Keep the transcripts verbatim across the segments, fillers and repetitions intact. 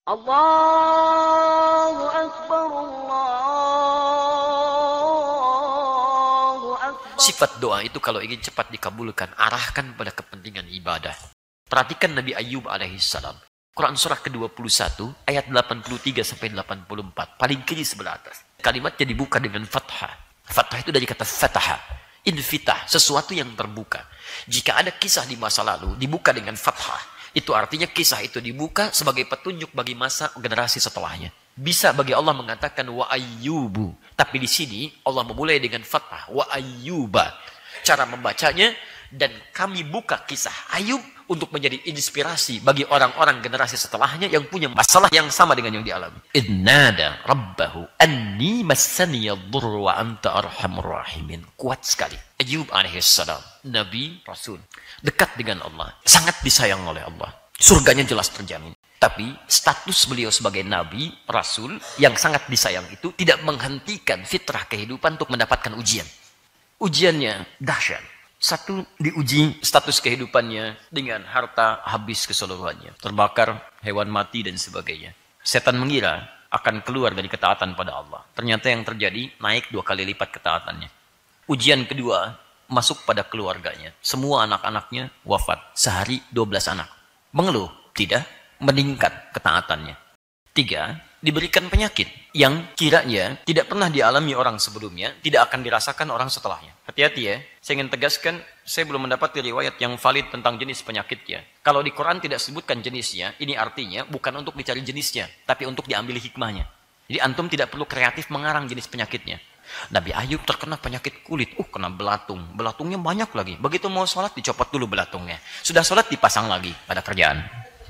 Allahu Akbar, Allahu Akbar. Sifat doa itu kalau ingin cepat dikabulkan, arahkan pada kepentingan ibadah. Perhatikan Nabi Ayub alaihissalam. Quran surah ke dua puluh satu, ayat delapan puluh tiga sampai delapan puluh empat. Paling kiri sebelah atas. Kalimatnya dibuka dengan fathah. Fathah itu dari kata fataha. Infitah, sesuatu yang terbuka. Jika ada kisah di masa lalu, dibuka dengan fathah. Itu artinya kisah itu dibuka sebagai petunjuk bagi masa generasi setelahnya. Bisa bagi Allah mengatakan wa ayyubu. Tapi di sini Allah memulai dengan fathah. Wa ayyuba. Cara membacanya, dan kami buka kisah Ayub untuk menjadi inspirasi bagi orang-orang generasi setelahnya yang punya masalah yang sama dengan yang dialami. Idnada rabbahu anni massani yadhurru wa anta arhamur rahimin. Kuat sekali. Ayub alaihissalam, Nabi, Rasul, dekat dengan Allah, sangat disayang oleh Allah. Surganya jelas terjamin. Tapi status beliau sebagai Nabi, Rasul, yang sangat disayang itu tidak menghentikan fitrah kehidupan untuk mendapatkan ujian. Ujiannya dahsyat. Satu, diuji status kehidupannya dengan harta habis keseluruhannya. Terbakar, hewan mati, dan sebagainya. Setan mengira akan keluar dari ketaatan pada Allah. Ternyata yang terjadi, naik dua kali lipat ketaatannya. Ujian kedua, masuk pada keluarganya. Semua anak-anaknya wafat. Sehari dua belas anak. Mengeluh? Tidak. Meningkat ketaatannya. Tiga, diberikan penyakit yang kiranya tidak pernah dialami orang sebelumnya, tidak akan dirasakan orang setelahnya. Hati-hati ya, saya ingin tegaskan, saya belum mendapati riwayat yang valid tentang jenis penyakitnya. Kalau di Quran tidak sebutkan jenisnya, ini artinya bukan untuk dicari jenisnya, tapi untuk diambil hikmahnya. Jadi antum tidak perlu kreatif mengarang jenis penyakitnya. Nabi Ayub terkena penyakit kulit, uh kena belatung, belatungnya banyak lagi. Begitu mau sholat dicopot dulu belatungnya, sudah sholat dipasang lagi, pada kerjaan.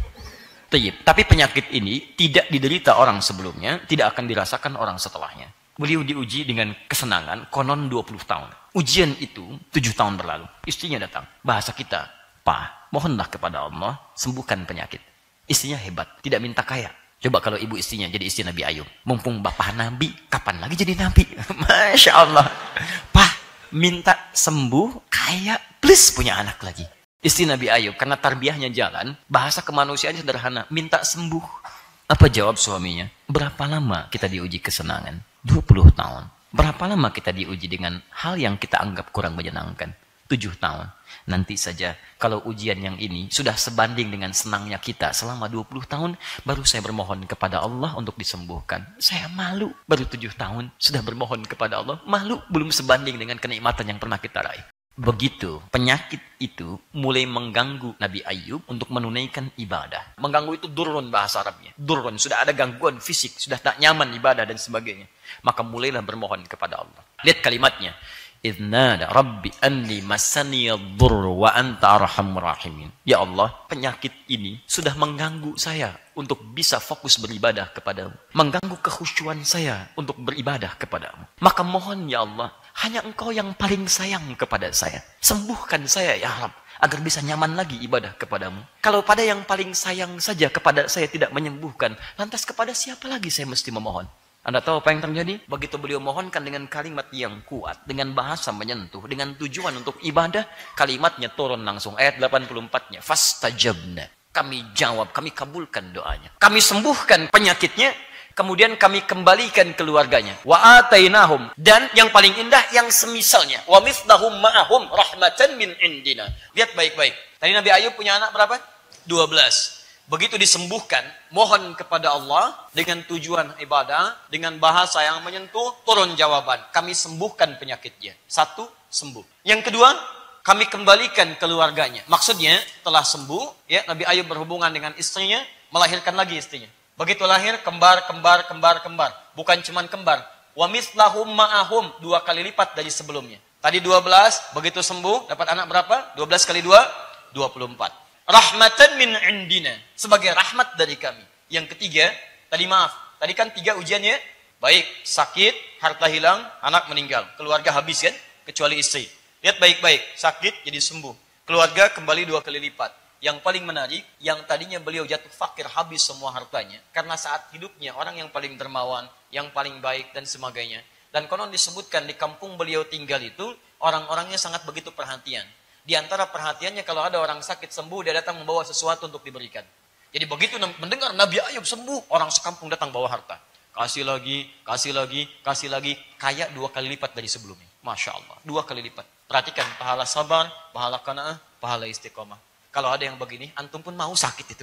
Tapi penyakit ini tidak diderita orang sebelumnya, tidak akan dirasakan orang setelahnya. Beliau diuji dengan kesenangan, konon dua puluh tahun. Ujian itu tujuh tahun berlalu. Istrinya datang. Bahasa kita, Pak, mohonlah kepada Allah, sembuhkan penyakit. Istrinya hebat, tidak minta kaya. Coba kalau ibu istrinya jadi istri Nabi Ayub. Mumpung bapak Nabi, kapan lagi jadi Nabi? Masya Allah. Pak, minta sembuh, kaya, plus punya anak lagi. Istri Nabi Ayub, karena tarbiyahnya jalan, bahasa kemanusiaannya sederhana, minta sembuh. Apa jawab suaminya? Berapa lama kita diuji kesenangan? dua puluh tahun. Berapa lama kita diuji dengan hal yang kita anggap kurang menyenangkan? tujuh tahun. Nanti saja, kalau ujian yang ini sudah sebanding dengan senangnya kita selama dua puluh tahun, baru saya bermohon kepada Allah untuk disembuhkan. Saya malu, baru tujuh tahun, sudah bermohon kepada Allah, malu, belum sebanding dengan kenikmatan yang pernah kita raih. Begitu, penyakit itu mulai mengganggu Nabi Ayub untuk menunaikan ibadah. Mengganggu itu durun bahasa Arabnya. Durun, sudah ada gangguan fisik, sudah tak nyaman ibadah dan sebagainya. Maka mulailah bermohon kepada Allah. Lihat kalimatnya. Idnada rabbi anni massani yadhurru wa anta arhamur rahimin. Ya Allah, penyakit ini sudah mengganggu saya untuk bisa fokus beribadah kepadamu. Mengganggu kekhusyuan saya untuk beribadah kepadamu. Maka mohon ya Allah, hanya engkau yang paling sayang kepada saya. Sembuhkan saya ya Rabb, agar bisa nyaman lagi ibadah kepadamu. Kalau pada yang paling sayang saja kepada saya tidak menyembuhkan, lantas kepada siapa lagi saya mesti memohon? Anda tahu apa yang terjadi? Begitu beliau mohonkan dengan kalimat yang kuat, dengan bahasa menyentuh, dengan tujuan untuk ibadah, kalimatnya turun langsung. Ayat delapan puluh empat-nya. Fastajabna. Kami jawab, kami kabulkan doanya. Kami sembuhkan penyakitnya, kemudian kami kembalikan keluarganya. Wa atainahum. Dan yang paling indah, yang semisalnya. Wa mithlahum ma'ahum rahmatan min indina. Lihat baik-baik. Tadi Nabi Ayub punya anak berapa? dua belas. Begitu disembuhkan, mohon kepada Allah dengan tujuan ibadah, dengan bahasa yang menyentuh, turun jawaban. Kami sembuhkan penyakitnya. Satu, sembuh. Yang kedua, kami kembalikan keluarganya. Maksudnya, telah sembuh, ya Nabi Ayub berhubungan dengan istrinya, melahirkan lagi istrinya. Begitu lahir, kembar, kembar, kembar, kembar. Bukan cuma kembar. Wa mithlahum ma'ahum, dua kali lipat dari sebelumnya. Tadi dua belas, begitu sembuh, dapat anak berapa? dua belas kali dua, dua puluh empat. Rahmatan min indina, sebagai rahmat dari kami. Yang ketiga, tadi maaf, tadi kan tiga ujiannya, baik, sakit, harta hilang, anak meninggal, keluarga habis kan, kecuali istri. Lihat baik-baik, sakit jadi sembuh, keluarga kembali dua kali lipat. Yang paling menarik, yang tadinya beliau jatuh fakir, habis semua hartanya, karena saat hidupnya orang yang paling dermawan, yang paling baik dan sebagainya. Dan konon disebutkan di kampung beliau tinggal itu, orang-orangnya sangat begitu perhatian. Di antara perhatiannya kalau ada orang sakit sembuh, dia datang membawa sesuatu untuk diberikan. Jadi begitu mendengar Nabi Ayub sembuh, orang sekampung datang bawa harta. Kasih lagi, kasih lagi, kasih lagi. Kayak dua kali lipat dari sebelumnya. Masya Allah, dua kali lipat. Perhatikan, pahala sabar, pahala qanaah, pahala istiqomah. Kalau ada yang begini, antum pun mau sakit itu.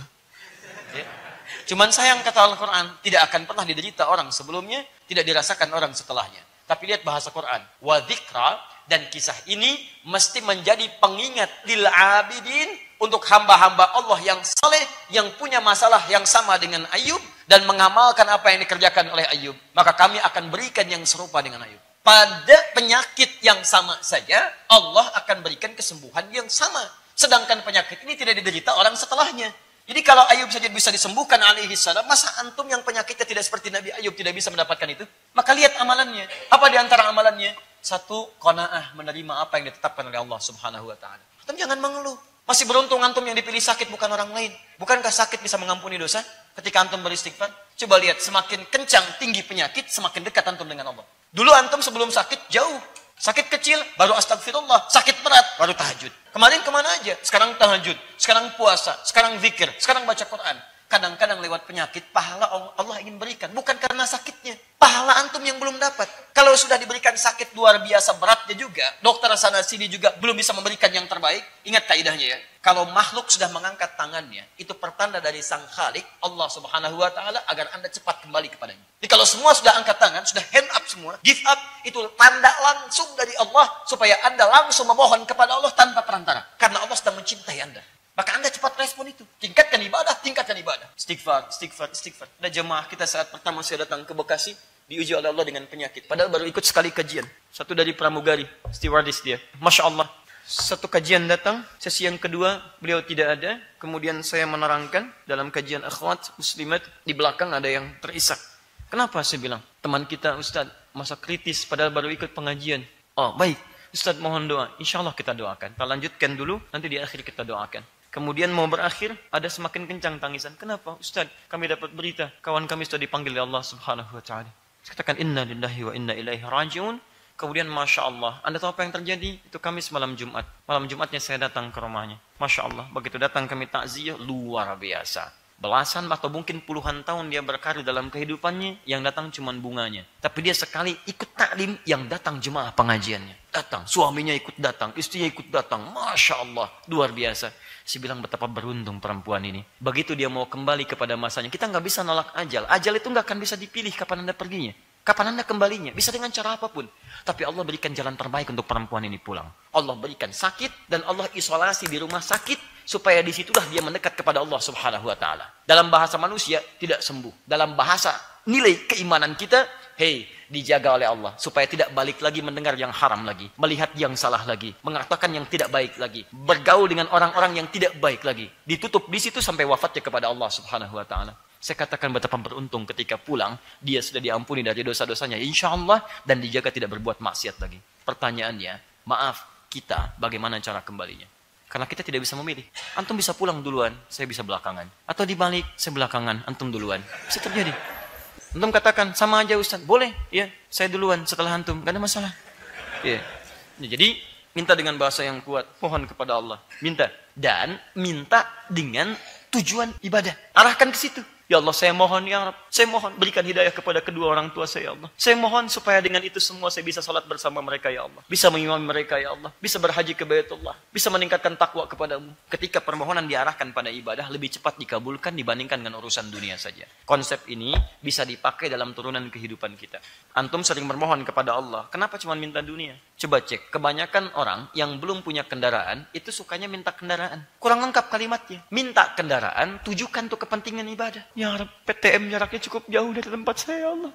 Ya. Cuman sayang kata Al-Quran, tidak akan pernah diderita orang sebelumnya, tidak dirasakan orang setelahnya. Tapi lihat bahasa Quran. Wa dzikra, dan kisah ini mesti menjadi pengingat lil abidin, untuk hamba-hamba Allah yang saleh, yang punya masalah yang sama dengan Ayub, dan mengamalkan apa yang dikerjakan oleh Ayub. Maka kami akan berikan yang serupa dengan Ayub. Pada penyakit yang sama saja, Allah akan berikan kesembuhan yang sama. Sedangkan penyakit ini tidak diderita orang setelahnya. Jadi kalau Ayub saja bisa disembuhkan alaihi salam, masa antum yang penyakitnya tidak seperti Nabi Ayub tidak bisa mendapatkan itu? Maka lihat amalannya. Apa di antara amalannya? Satu, qanaah, menerima apa yang ditetapkan oleh Allah subhanahu wa ta'ala. Antum jangan mengeluh. Masih beruntung antum yang dipilih sakit bukan orang lain. Bukankah sakit bisa mengampuni dosa ketika antum beristighfar? Coba lihat, semakin kencang tinggi penyakit, semakin dekat antum dengan Allah. Dulu antum sebelum sakit jauh. Sakit kecil, baru astagfirullah. Sakit berat, baru tahajud. Kemarin kemana aja? Sekarang tahajud. Sekarang puasa. Sekarang zikir. Sekarang baca Quran. Kadang-kadang lewat penyakit, pahala Allah ingin berikan. Bukan karena sakitnya. Pahala antum yang belum dapat. Kalau sudah diberikan sakit luar biasa beratnya juga, dokter sana sini juga belum bisa memberikan yang terbaik. Ingat kaidahnya ya. Kalau makhluk sudah mengangkat tangannya, itu pertanda dari sang Khalik, Allah subhanahu wa ta'ala, agar anda cepat kembali kepadanya. Jadi kalau semua sudah angkat tangan, sudah hand up semua, give up, itu tanda langsung dari Allah, supaya anda langsung memohon kepada Allah tanpa perantara. Karena Allah sedang mencintai anda. Maka anda cepat respon itu. Tingkatkan ibadah, tingkatkan ibadah. Istighfar, istighfar, istighfar. Ada jemaah kita saat pertama saya datang ke Bekasi, diuji oleh Allah dengan penyakit. Padahal baru ikut sekali kajian. Satu dari pramugari, stewardess dia. Masya Allah. Satu kajian datang, sesi yang kedua beliau tidak ada. Kemudian saya menerangkan dalam kajian akhwat muslimat, di belakang ada yang terisak. Kenapa saya bilang? Teman kita Ustaz, masa kritis padahal baru ikut pengajian. Oh baik, Ustaz mohon doa. Insya Allah kita doakan. Kita lanjutkan dulu, nanti di akhir kita doakan. Kemudian mau berakhir, ada semakin kencang tangisan. Kenapa? Ustaz, kami dapat berita. Kawan kami sudah dipanggil oleh Allah subhanahu wa ta'ala. Saya katakan, inna lillahi wa inna ilaihi raji'un. Kemudian, Masya Allah. Anda tahu apa yang terjadi? Itu Kamis malam Jumat. Malam Jumatnya saya datang ke rumahnya. Masya Allah. Begitu datang kami takziah, luar biasa. Belasan atau mungkin puluhan tahun dia berkarir dalam kehidupannya, yang datang cuma bunganya. Tapi dia sekali ikut taklim, yang datang jemaah pengajiannya. Datang, suaminya ikut datang, istrinya ikut datang. Masya Allah, luar biasa. Saya bilang betapa beruntung perempuan ini. Begitu dia mau kembali kepada masanya, kita nggak bisa nolak ajal. Ajal itu nggak akan bisa dipilih kapan anda perginya. Kapan anda kembalinya, bisa dengan cara apapun. Tapi Allah berikan jalan terbaik untuk perempuan ini pulang. Allah berikan sakit, dan Allah isolasi di rumah sakit, supaya disitulah dia mendekat kepada Allah subhanahu wa ta'ala. Dalam bahasa manusia, tidak sembuh. Dalam bahasa nilai keimanan kita, hei, dijaga oleh Allah. Supaya tidak balik lagi mendengar yang haram lagi. Melihat yang salah lagi. Mengatakan yang tidak baik lagi. Bergaul dengan orang-orang yang tidak baik lagi. Ditutup di situ sampai wafatnya kepada Allah subhanahu wa ta'ala. Saya katakan betapa beruntung ketika pulang, dia sudah diampuni dari dosa-dosanya, insya Allah, dan dijaga tidak berbuat maksiat lagi. Pertanyaannya, maaf, kita bagaimana cara kembalinya? Karena kita tidak bisa memilih. Antum bisa pulang duluan, saya bisa belakangan. Atau dibalik, saya belakangan, antum duluan. Bisa terjadi. Antum katakan, sama aja Ustaz, boleh, ya, saya duluan setelah antum, gak ada masalah. Ya. Jadi, minta dengan bahasa yang kuat, mohon kepada Allah. Minta. Dan minta dengan tujuan ibadah. Arahkan ke situ. Ya Allah, saya mohon ya Rabb, saya mohon berikan hidayah kepada kedua orang tua saya ya Allah. Saya mohon supaya dengan itu semua saya bisa salat bersama mereka ya Allah. Bisa mengimami mereka ya Allah. Bisa berhaji ke Baitullah. Bisa meningkatkan takwa kepadamu. Ketika permohonan diarahkan pada ibadah, lebih cepat dikabulkan dibandingkan dengan urusan dunia saja. Konsep ini bisa dipakai dalam turunan kehidupan kita. Antum sering bermohon kepada Allah. Kenapa cuma minta dunia? Coba cek, kebanyakan orang yang belum punya kendaraan, itu sukanya minta kendaraan. Kurang lengkap kalimatnya. Minta kendaraan, tujukan untuk kepentingan ibadah. Ya Rabb, P T M jaraknya cukup jauh dari tempat saya, ya Allah.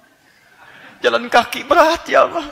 Jalan kaki berat, ya Allah.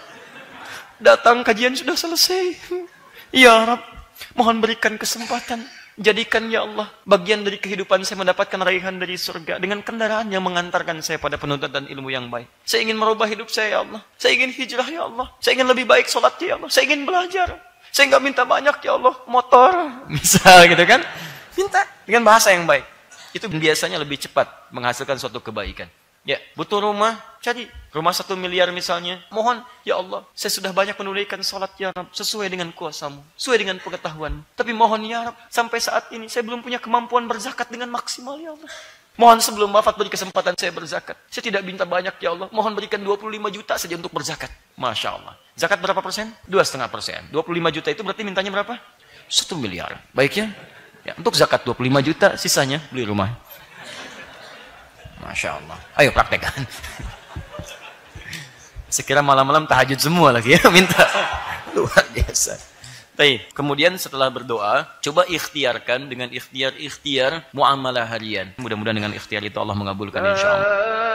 Datang kajian sudah selesai. Ya Rabb, mohon berikan kesempatan. Jadikan ya Allah, bagian dari kehidupan saya mendapatkan raihan dari surga. Dengan kendaraan yang mengantarkan saya pada penuntut ilmu yang baik. Saya ingin merubah hidup saya, ya Allah. Saya ingin hijrah, ya Allah. Saya ingin lebih baik sholat, ya Allah. Saya ingin belajar. Saya nggak minta banyak, ya Allah. Motor, misal gitu kan. Minta dengan bahasa yang baik. Itu biasanya lebih cepat menghasilkan suatu kebaikan. Ya, butuh rumah, cari rumah satu miliar misalnya. Mohon, ya Allah, saya sudah banyak menunaikan salat ya Rab, sesuai dengan kuasamu, sesuai dengan pengetahuan. Tapi mohon ya Rab, sampai saat ini saya belum punya kemampuan berzakat dengan maksimal ya Allah. Mohon sebelum wafat beri kesempatan saya berzakat. Saya tidak minta banyak ya Allah. Mohon berikan dua puluh lima juta saja untuk berzakat. Masya Allah. Zakat berapa persen? Dua setengah persen. dua puluh lima juta itu berarti mintanya berapa? Satu miliar. Baik ya? Ya, untuk zakat dua puluh lima juta, sisanya beli rumah. Masya Allah. Ayo praktekkan. Sekira malam-malam tahajud semua lagi ya, minta. Luar biasa. Baik. Kemudian setelah berdoa, coba ikhtiarkan dengan ikhtiar-ikhtiar muamalah harian. Mudah-mudahan dengan ikhtiar itu Allah mengabulkan insya Allah.